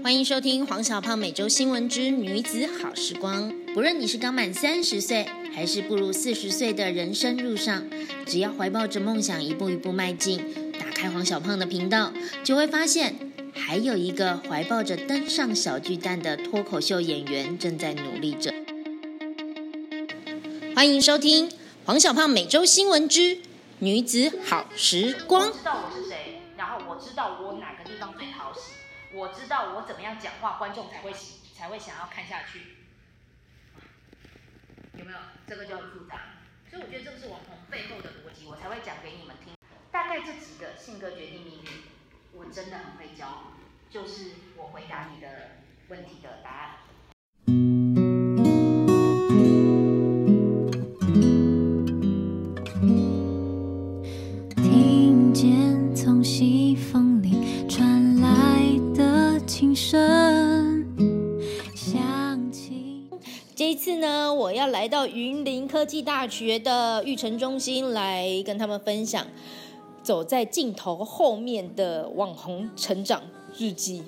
欢迎收听黄小胖每周新闻之女子好时光。不论你是刚满30岁，还是步入40岁的人生路上，只要怀抱着梦想一步一步迈进，打开黄小胖的频道，就会发现还有一个怀抱着登上小巨蛋的脱口秀演员正在努力着。欢迎收听黄小胖每周新闻之女子好时光。 我知道我是谁，然后我知道我哪个地方最讨喜，我知道我怎么样讲话，观众才会想要看下去。有没有？这个就很复杂，所以我觉得这个是网红背后的逻辑，我才会讲给你们听。大概这几个性格决定命运，我真的很会教，就是我回答你的问题的答案。 听见从西风里传来的琴声，响起。 这一次呢，我要来到云林科技大学的育成中心来跟他们分享走在镜头后面的网红成长日记。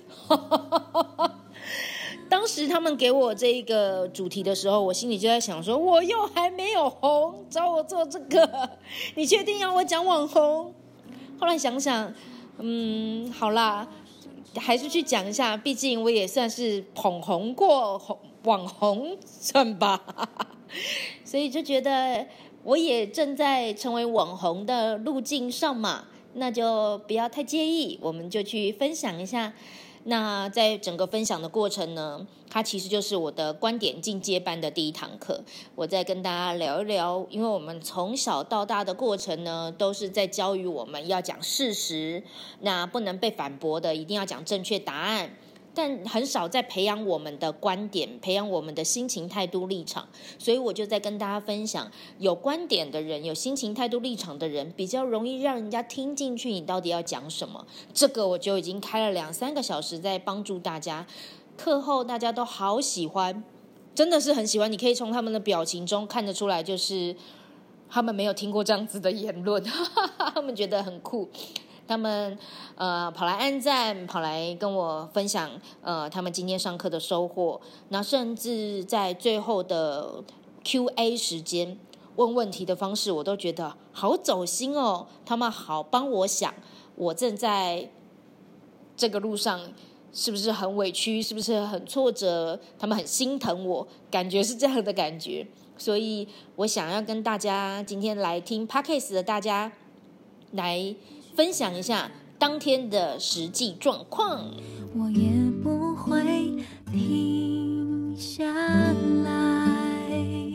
当时他们给我这个主题的时候，我心里就在想说，我又还没有红，找我做这个，你确定要我讲网红？后来想想，好啦，还是去讲一下，毕竟我也算是捧红过网红，算吧。所以就觉得我也正在成为网红的路径上嘛，那就不要太介意，我们就去分享一下。那在整个分享的过程呢，它其实就是我的观点进阶班的第一堂课。我在跟大家聊一聊，因为我们从小到大的过程呢，都是在教育我们要讲事实，那不能被反驳的，一定要讲正确答案。但很少在培养我们的观点，培养我们的心情、态度、立场。所以我就在跟大家分享，有观点的人，有心情、态度、立场的人，比较容易让人家听进去你到底要讲什么。这个我就已经开了2-3个小时在帮助大家。课后大家都好喜欢，真的是很喜欢。你可以从他们的表情中看得出来，就是他们没有听过这样子的言论，他们觉得很酷。他们跑来按赞，跑来跟我分享他们今天上课的收获，那甚至在最后的 Q&A 时间问问题的方式，我都觉得好走心哦。他们好帮我想，我正在这个路上是不是很委屈，是不是很挫折，他们很心疼我，感觉是这样的感觉。所以我想要跟大家今天来听 Podcast 的大家来分享一下当天的实际状况。 我也不会停下来，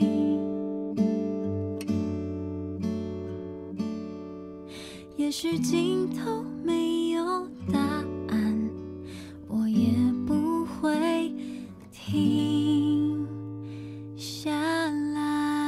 也许尽头没有答案，我也不会停下来。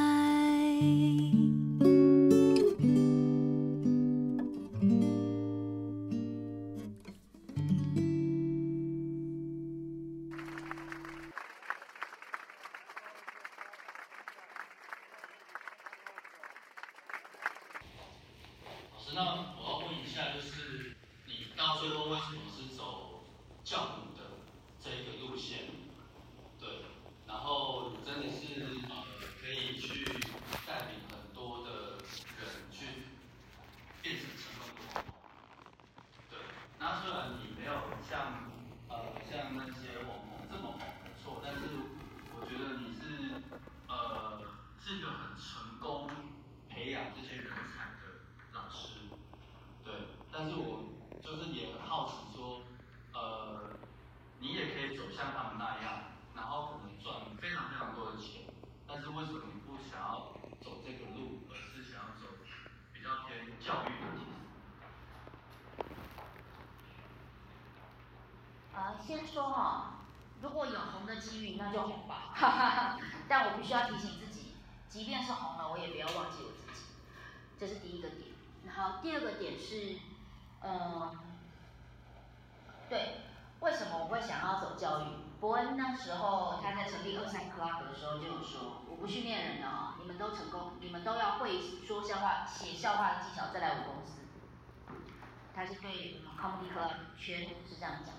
那我要问一下，就是你到最后为什么是走教育的这一个路线？对，然后你真的是可以去带领很多的人去变成成功的网红。对，那虽然你没有像那些网红这么红，没错，但是我觉得你是一个很成功培养这些人才的老师。对，但是我就是也很好奇说，你也可以走像他们那样，然后可能赚非常非常多的钱，但是为什么你不想要走这个路，而是想要走比较偏教育的路？ 先说如果有红的机遇，那就红吧。但我必须要提醒自己，即便是红了，我也不要忘记我自己。这是第一个点。然后第二个点是，对，为什么我会想要走教育？伯恩那时候他在成立23 Club 的时候就有说，我不训练人的你们都成功，你们都要会说笑话、写笑话的技巧再来我公司。他是对我们 Comedy Club 圈是这样讲。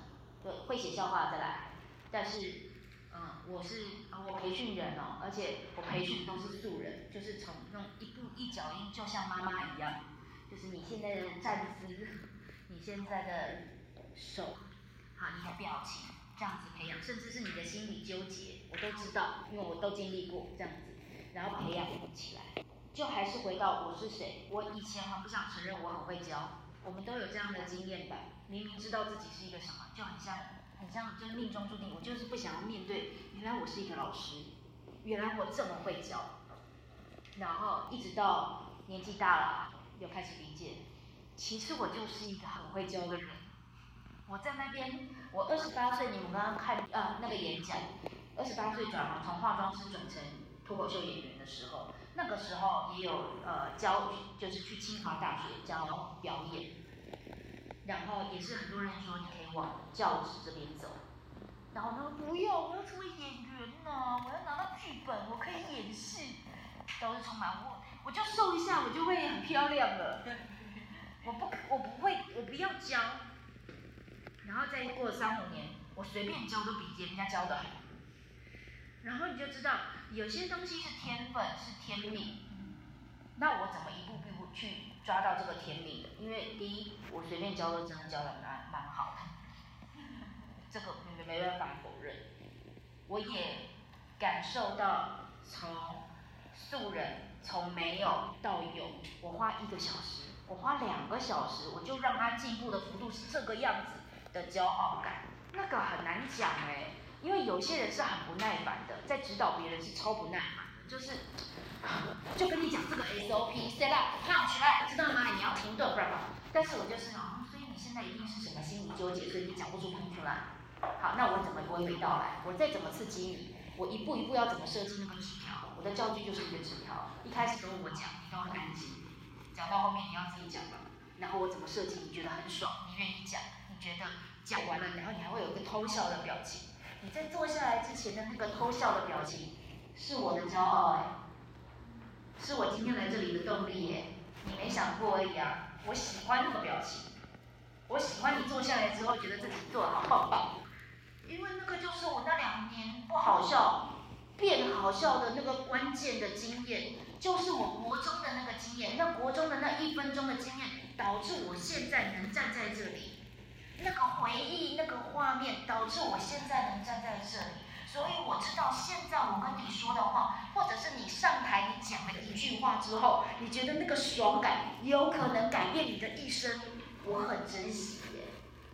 对，会写笑话再来。但是，我培训人哦，而且我培训都是素人，就是从那种一步一脚印，就像妈妈一样，就是你现在的站姿，你现在的手，好，你的表情，这样子培养，甚至是你的心理纠结，我都知道，因为我都经历过这样子，然后培养起来。就还是回到我是谁，我以前很不想承认我很会教，我们都有这样的经验吧？明明知道自己是一个什么，就很像就是命中注定，我就是不想要面对，原来我是一个老师，原来我这么会教，然后一直到年纪大了，又开始理解，其实我就是一个很会教的人。我在那边，我28岁，你们刚刚看那个演讲，28岁转行从化妆师转成脱口秀演员的时候，那个时候也有教，就是去清华大学教表演，然后也是很多人说你可以往教职这边走，然后呢不要，我要成为演员呢，我要拿到剧本，我可以演戏，都是充满我就瘦一下，我就会很漂亮了。我不会，我不要教。然后再过3-5年，我随便教都比人家教的好。然后你就知道，有些东西是天分，是天命。那我怎么一步步去抓到这个天命的？因为第一，我随便教都真的教的蛮好的，这个没办法否认。我也感受到从素人从没有到有，我花1个小时，我花2个小时，我就让他进步的幅度是这个样子的骄傲感，那个很难讲哎，因为有些人是很不耐烦的，在指导别人是超不耐烦的，就跟你讲这个 SOP set up 胖起来，知道吗？你要停顿，不然。但是我就是所以你现在一定是什么心理纠结，所以你讲不出喷出来。好，那我怎么娓娓道来？我再怎么刺激你，我一步一步要怎么设计那个纸条？我的教具就是一个纸条，一开始都是我讲，你都很安静，讲到后面你要自己讲了。然后我怎么设计，你觉得很爽，你愿意讲，你觉得讲完了，然后你还会有一个偷笑的表情。你在坐下来之前的那个偷笑的表情，是我的骄傲哎，是我今天来这里的动力耶。你没想过而已啊，我喜欢那个表情，我喜欢你坐下来之后觉得自己做得好棒棒，因为那个就是我那2年不好笑变好笑的那个关键的经验，就是我国中的那个经验，那国中的那1分钟的经验，导致我现在能站在这里。那个回忆，那个画面，导致我现在能站在这里。所以我知道，现在我跟你说的话，或者是你上台你讲了1句话之后，你觉得那个爽感有可能改变你的一生，我很珍惜耶。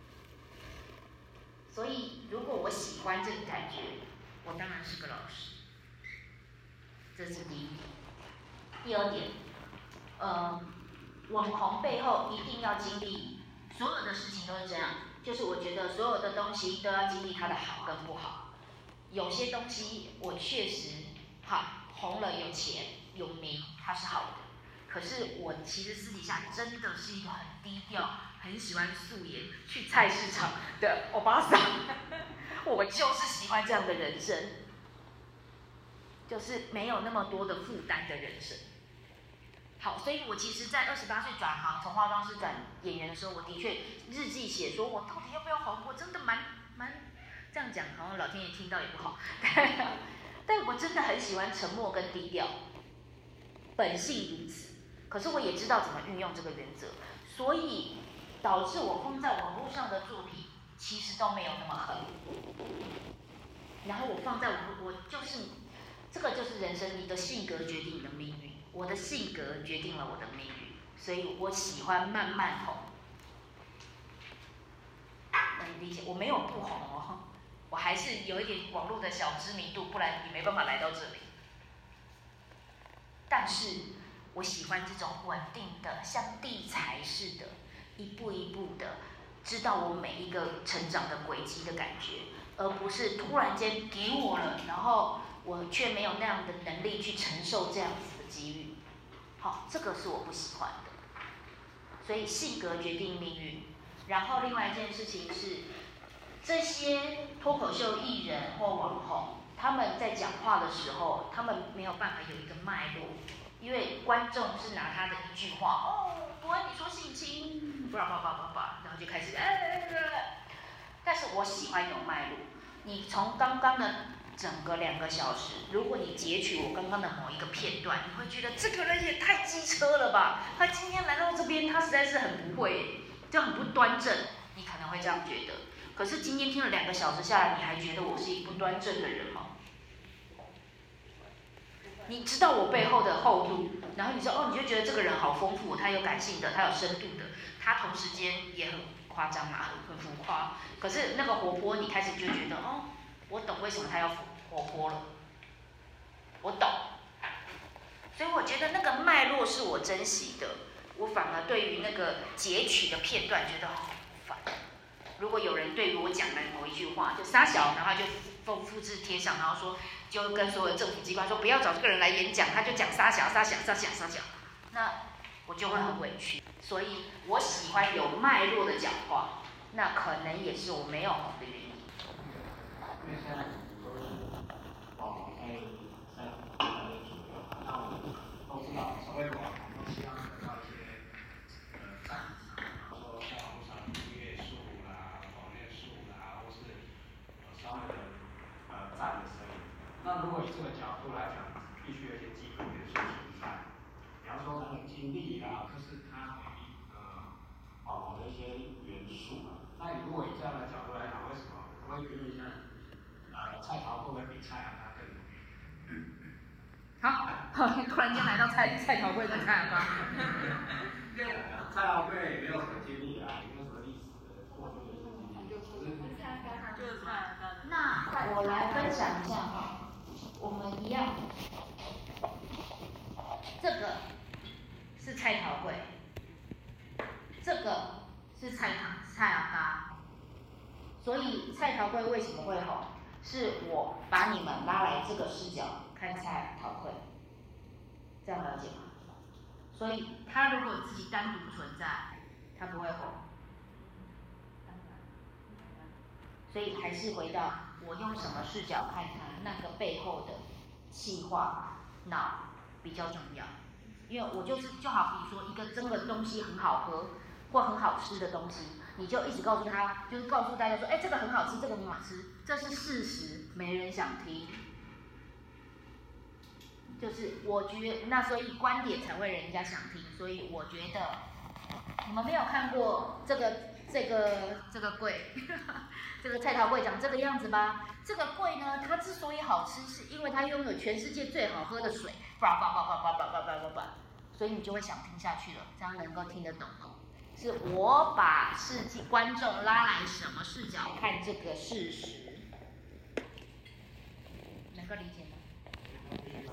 所以，如果我喜欢这个感觉，我当然是个老师。这是第一点。第2点，网红背后一定要经历。所有的事情都是这样，就是我觉得所有的东西都要经历它的好跟不好。有些东西我确实好红了，有钱有名，它是好的。可是我其实私底下真的是一个很低调、很喜欢素颜去菜市场的欧巴桑，我就是喜欢这样的人生，就是没有那么多的负担的人生。好，所以我其实，在28岁转行，从化妆师转演员的时候，我的确日记写说，我到底要不要红？我真的蛮这样讲，好像老天爷听到也不好。但我真的很喜欢沉默跟低调，本性如此。可是我也知道怎么运用这个原则，所以导致我放在网络上的作品其实都没有那么狠。然后我放在我就是这个就是人生，你的性格决定你的命运。我的性格决定了我的命运，所以我喜欢慢慢红。能理解？我没有不红哦，我还是有一点网络的小知名度，不然你没办法来到这里。但是我喜欢这种稳定的，像地才似的，一步一步的，知道我每一个成长的轨迹的感觉，而不是突然间给我了，然后我却没有那样的能力去承受这样子的机遇。好，这个是我不喜欢的。所以性格决定命运。然后另外一件事情是，这些脱口秀艺人或网红，他们在讲话的时候，他们没有办法有一个脉络，因为观众是拿他的一句话，伯恩你说性侵，然后就开始但是我喜欢有脉络。你从刚刚的整个2个小时，如果你截取我刚刚的某一个片段，你会觉得这个人也太机车了吧？他今天来到这边，他实在是很不会，就很不端正，你可能会这样觉得。可是今天听了2个小时下来，你还觉得我是一个不端正的人吗？你知道我背后的厚度，然后你说哦，你就觉得这个人好丰富，他有感性的，他有深度的，他同时间也很夸张啊，很浮夸。可是那个活泼，你开始就觉得哦，我懂为什么他要活泼了，我懂。所以我觉得那个脉络是我珍惜的，我反而对于那个截取的片段觉得好烦。如果有人对于我讲的某一句话就撒小，然后就复制贴上，然后说就跟所有政府机关说不要找这个人来演讲，他就讲撒小，那我就会很委屈。所以我喜欢有脉络的讲话，那可能也是我没有红的原因。 因为现在都是在那我们都知道所谓的网红都希望得到一些赞赏，比如说在网络上订阅数啦、网页数啦，或是稍微的赞的声音。那如果以这个角度来讲，必须有一些基本元素存在，比方说他的经历啦，就是他网红的一些元素。那你如果以这样的角度来讲，为什么我会觉得像蔡桃会不会比蔡雅他更有名？ 好，突然间来到蔡桃贵跟蔡雅刚。 蔡桃贵也没有什么经历啊，也没有什么历史的过去的经历， 就是蔡雅刚。 那我来分享一下哈，我们一样，这个是蔡桃贵，这个是蔡雅刚，所以蔡桃贵为什么会红？是我把你们拉来这个视角看蔡桃贵，这样了解吗？所以他如果自己单独存在，他不会红。所以还是回到我用什么视角看他，那个背后的气化脑比较重要。因为我就好比说一个这个东西很好喝或很好吃的东西，你就一直告诉他，就是告诉大家说，哎，这个很好吃，这个很好吃，这是事实，没人想听。就是我觉得那所以观点才会人家想听，所以我觉得你们没有看过这个柜，这个菜桃柜长这个样子吧？这个柜呢，它之所以好吃，是因为它拥有全世界最好喝的水，所以你就会想听下去了，这样能够听得懂哦。是我把观众拉来什么视角看这个事实，能够理解吗？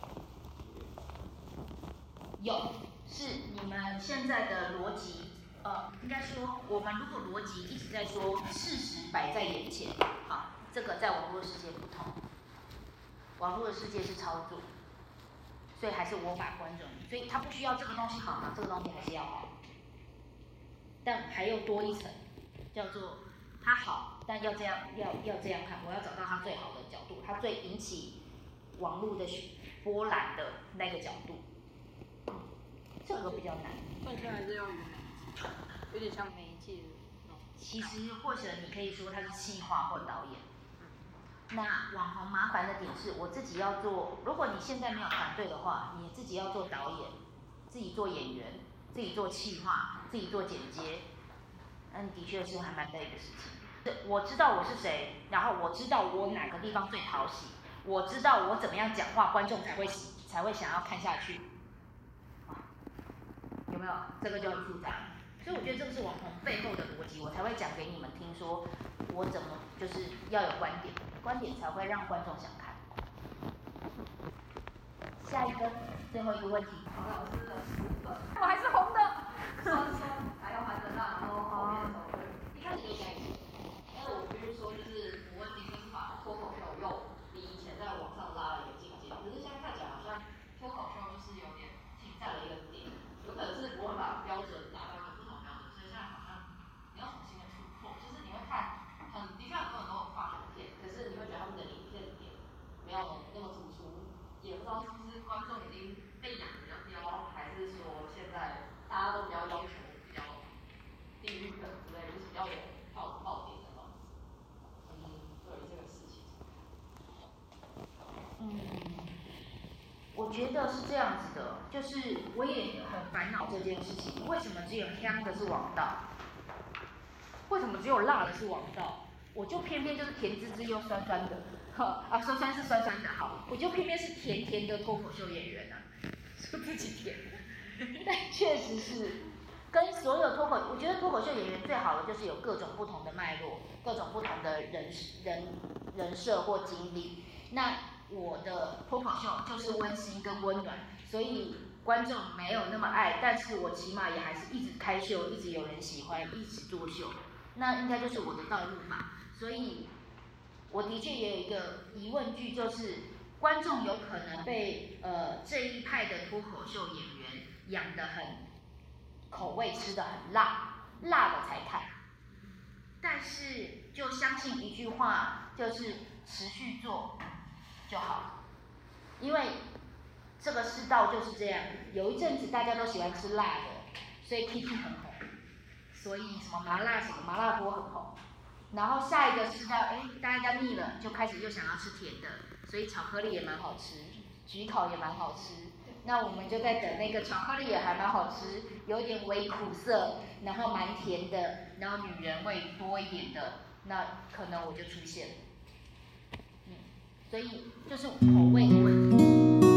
有，是你们现在的逻辑。应该说，我们如果逻辑一直在说事实摆在眼前，好，这个在网络世界不同，网络的世界是操作，所以还是我把观众，所以他不需要这个东西好吗？这个东西还是要好，但还有多一层，叫做它好，但要这样看，我要找到它最好的角度，它最引起网络的波澜的那个角度，这个比较难。 但现在还是要有点像媒介的。 其实或者你可以说它是企划或导演。那网红麻烦的点是我自己要做，如果你现在没有团队的话，你自己要做导演，自己做演员，自己做企划，自己做剪接，的确是还蛮累的事情。我知道我是谁，然后我知道我哪个地方最讨喜，我知道我怎么样讲话，观众才会想要看下去。有没有？这个就很复杂。所以我觉得这个是网红背后的逻辑，我才会讲给你们听，说我怎么就是要有观点，观点才会让观众想看。下一个，最后一个问题。 老师的我还是红的。 酸还要还得辣，然后后面的时候一开始就这样子。但是我必须说，就是我问题就是把脱口秀又比以前在往上拉了一个境界，可是现在看起来好像脱口秀就是有点停在了一个点，有可能是我把标准达到一个不同标准，所以现在好像你要重新的突破，就是你会看的确很多人都有发影片，可是你会觉得他们的影片没有那么突出，也不知道是不是观众已经被养的比较刁，还是说现在大家都比较要求比较觉得是这样子的，就是我也很烦恼这件事情，为什么只有香的是王道？为什么只有辣的是王道？我就偏偏就是甜滋滋又酸酸的，酸酸是酸酸的，好，我就偏偏是甜甜的脱口秀演员啊，说自己甜，但确实是跟所有我觉得脱口秀演员最好的就是有各种不同的脉络，各种不同的人设或经历。那我的脱口秀就是温馨跟温暖，所以观众没有那么爱，但是我起码也还是一直开秀，一直有人喜欢，一直做秀，那应该就是我的道路嘛。所以我的确也有一个疑问句，就是观众有可能被这一派的脱口秀演员养得很口味吃得很辣，辣的才看。但是就相信一句话，就是持续做就好，因为这个世道就是这样。有一阵子大家都喜欢吃辣的，所以 Kiki 很红，所以什么麻辣锅很红。然后下一个世道，大家腻了，就开始又想要吃甜的，所以巧克力也蛮好吃，焗烤也蛮好吃。那我们就在等那个巧克力也还蛮好吃，有点微苦涩，然后蛮甜的，然后女人味多一点的，那可能我就出现了。所以就是口味的问题。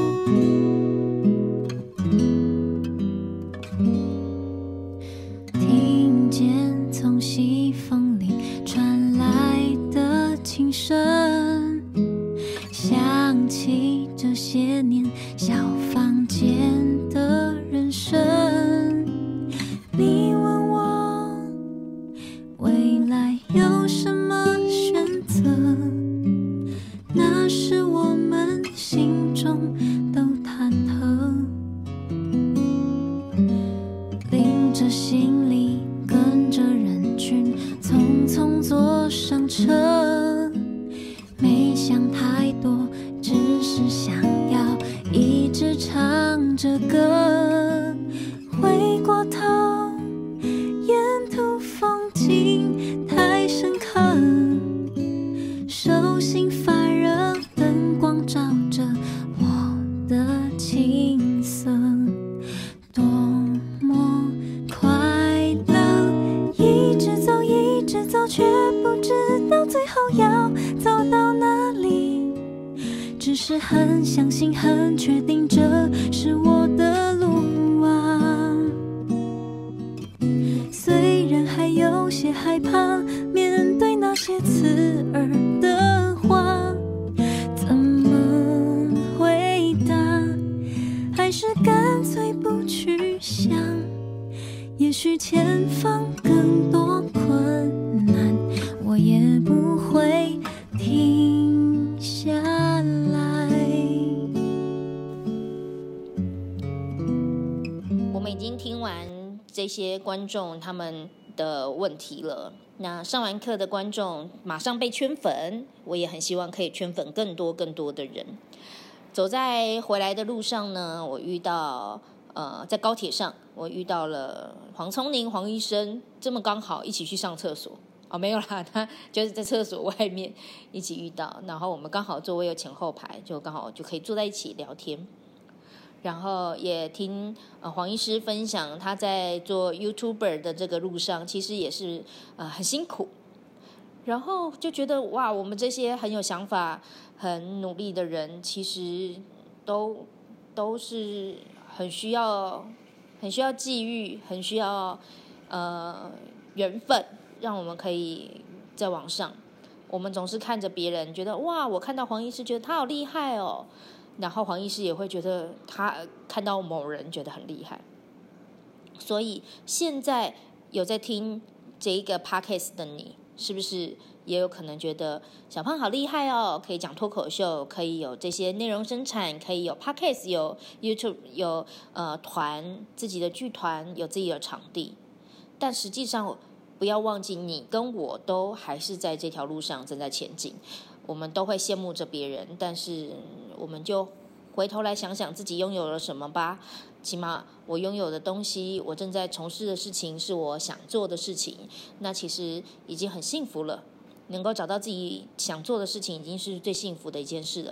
听见从西风里传来的琴声，想起这些年小房间的人生。你问我未来有什么选择，那是我们心中都忐忑，拎着行李跟着人群匆匆坐上车，没想太多，只是想要一直唱着歌。回过头，沿途风景太深刻，手心发热，灯光照着我的青涩，多么快乐！一直走，一直走，却不知道最后要走到哪里。只是很相信，很确定，这是我的路啊。虽然还有些害怕，面对那些刺耳的话，怎么回答？还是干脆不去想，也许前方更多困难，我也不会停下来。 我们已经听完这些观众他们的问题了，那上完课的观众马上被圈粉，我也很希望可以圈粉更多的人。走在回来的路上呢，我遇到在高铁上我遇到了黄聪宁黄医生，这么刚好一起去上厕所没有啦，他就是在厕所外面一起遇到，然后我们刚好座位有前后排，就刚好就可以坐在一起聊天。然后也听黄医师分享他在做 YouTuber 的这个路上，其实也是很辛苦。然后就觉得哇，我们这些很有想法、很努力的人，其实都是很需要际遇，很需要缘分，让我们可以再往上。我们总是看着别人，觉得哇，我看到黄医师，觉得他好厉害哦。然后黄医师也会觉得他看到某人觉得很厉害，所以现在有在听这一个 podcast 的你，是不是也有可能觉得小胖好厉害哦，可以讲脱口秀，可以有这些内容生产，可以有 podcast， 有 YouTube， 有团，自己的剧团，有自己的场地。但实际上不要忘记，你跟我都还是在这条路上正在前进。我们都会羡慕着别人，但是我们就回头来想想自己拥有了什么吧。起码我拥有的东西，我正在从事的事情是我想做的事情，那其实已经很幸福了。能够找到自己想做的事情，已经是最幸福的一件事了。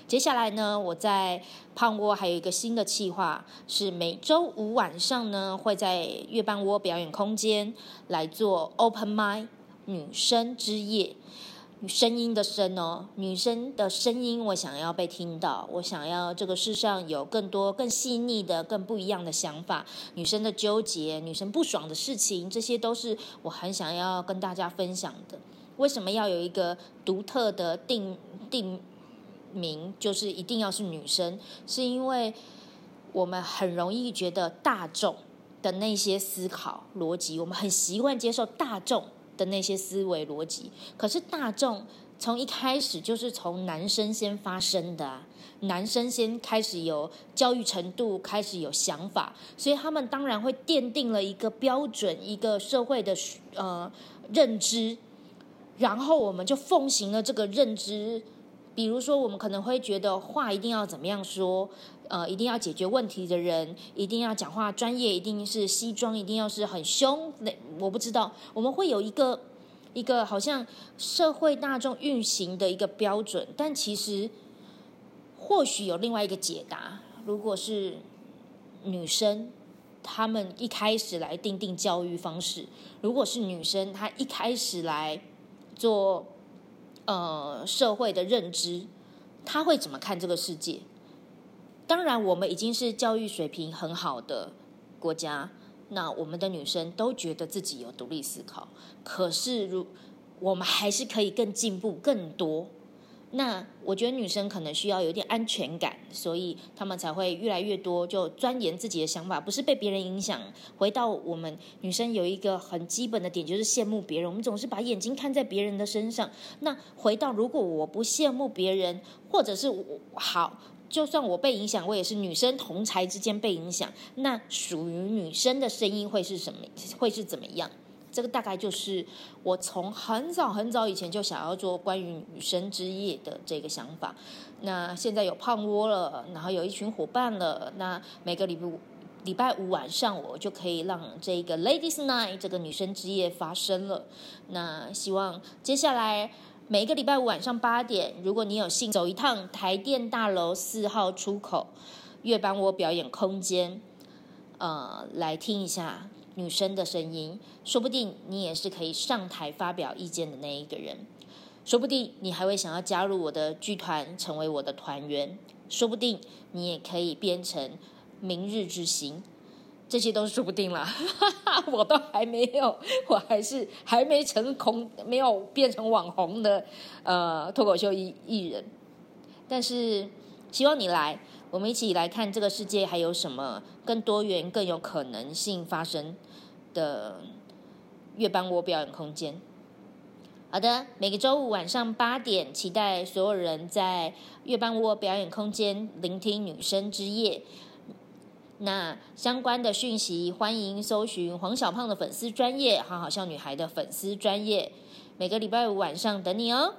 接下来呢，我在胖窝还有一个新的企划，是每周五晚上呢会在月半窝表演空间来做 Open Mic 女生之夜。声音的声哦，女生的声音我想要被听到，我想要这个世上有更多更细腻的更不一样的想法，女生的纠结，女生不爽的事情，这些都是我很想要跟大家分享的。为什么要有一个独特的定名，就是一定要是女生，是因为我们很容易觉得大众的那些思考逻辑，我们很习惯接受大众的那些思维逻辑，可是大众从一开始就是从男生先发生的啊，男生先开始有教育程度，开始有想法，所以他们当然会奠定了一个标准，一个社会的认知，然后我们就奉行了这个认知。比如说我们可能会觉得话一定要怎么样说，一定要解决问题的人，一定要讲话专业，一定是西装，一定要是很凶，我不知道，我们会有一个好像社会大众运行的一个标准，但其实或许有另外一个解答。如果是女生，她们一开始来定教育方式，如果是女生她一开始来做社会的认知，她会怎么看这个世界？当然我们已经是教育水平很好的国家，那我们的女生都觉得自己有独立思考，可是我们还是可以更进步更多。那我觉得女生可能需要有点安全感，所以她们才会越来越多就钻研自己的想法，不是被别人影响。回到我们女生有一个很基本的点，就是羡慕别人，我们总是把眼睛看在别人的身上。那回到如果我不羡慕别人，或者是好，就算我被影响，我也是女生同才之间被影响，那属于女生的声音会是什么？会是怎么样？这个大概就是我从很早以前就想要做关于女生之夜的这个想法。那现在有胖窝了，然后有一群伙伴了，那每个礼拜五晚上我就可以让这个 Ladies Night 这个女生之夜发生了。那希望接下来每一个礼拜五晚上8点，如果你有幸走一趟台电大楼4号出口月半窝表演空间，来听一下女生的声音，说不定你也是可以上台发表意见的那一个人，说不定你还会想要加入我的剧团，成为我的团员，说不定你也可以变成明日之星，这些都说不定啦。我都还没有，我还没成功，没有变成网红的脱口秀艺人，但是希望你来，我们一起来看这个世界还有什么更多元更有可能性发生的月半窝表演空间。好的，每个周五晚上8点，期待所有人在月半窝表演空间聆听女生之夜。那相关的讯息欢迎搜寻黄小胖的粉丝专页，好好笑女孩的粉丝专页，每个礼拜五晚上等你哦。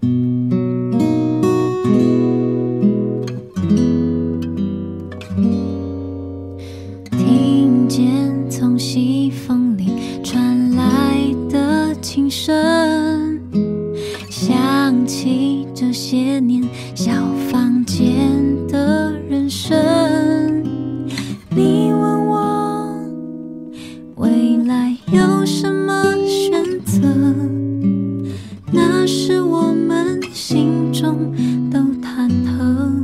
听见从西风里传来的琴声，想起这些年小房间的人生。你问我未来有什么选择，那是我们心中都忐忑，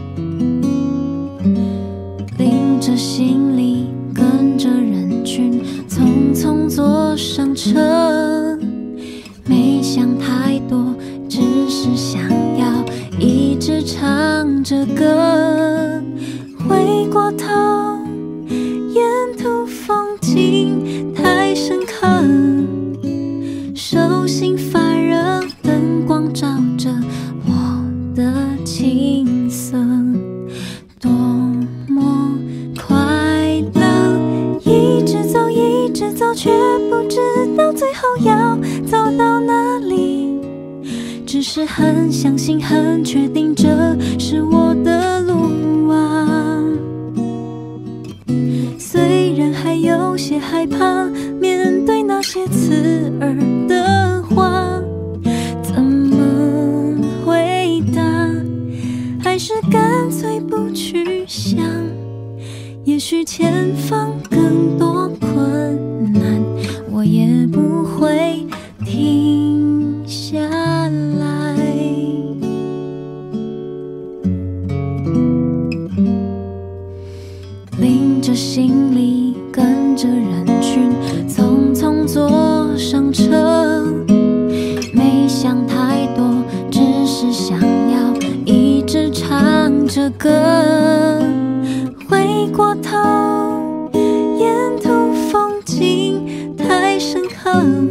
拎着行李跟着人群匆匆坐上车，没想太多，只是想要一直唱着歌。回过头，沿途风景太深刻，手心发热，灯光照着我的青涩，多么快乐！一直走，却不知道最后要走到哪里，只是很相信，很确定这是我的路啊。虽然还有些害怕面对那些刺耳的话，怎么回答？ 许前方更多困难，我也不会停下来。拎着行李，跟着人群，匆匆坐上车，没想太多，只是想要一直唱着歌。回过头，沿途风景太深刻，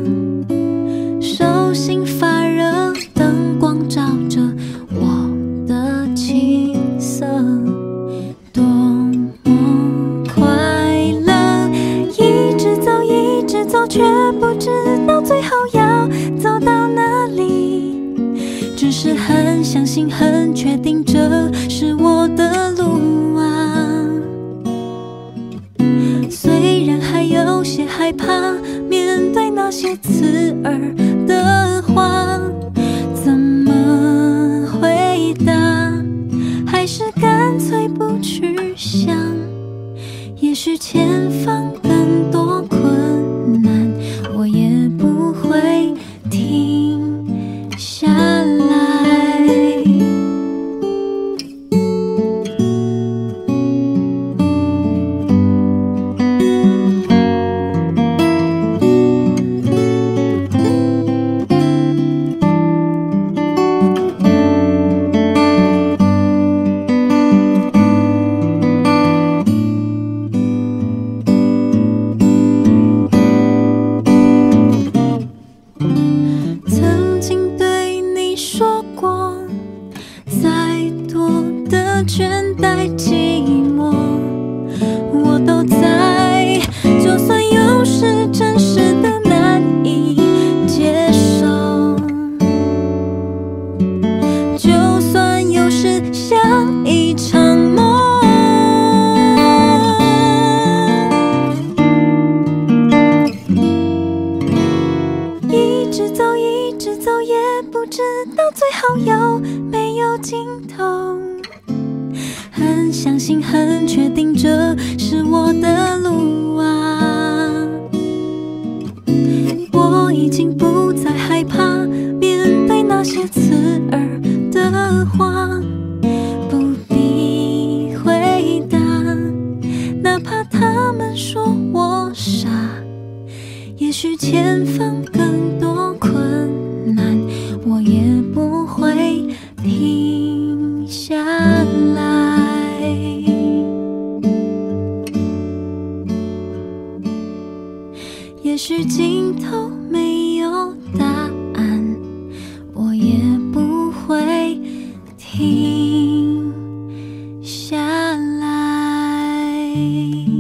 手心发热，灯光照着我的青涩，多么快乐！一直走，一直走，却不知道最后要走到哪里。只是很相信，很确定，这是我的路啊。虽然还有些害怕，面对那些刺耳的话，怎么回答？还是干脆不去想。也许前方更多困难，我也不会停下来。曾经对你说过，再多的倦怠寂寞我都在，就算有时真实的难以接受，就算有时像一场梦。一直走，一直走，也不知道最后有没有尽头。很相信，很确定，这是我的路啊。我已经不再害怕面对那些刺耳的话，不必回答，哪怕他们说我傻。也许前方更多困难，我也不会停下来。也许尽头没有答案，我也不会停下来。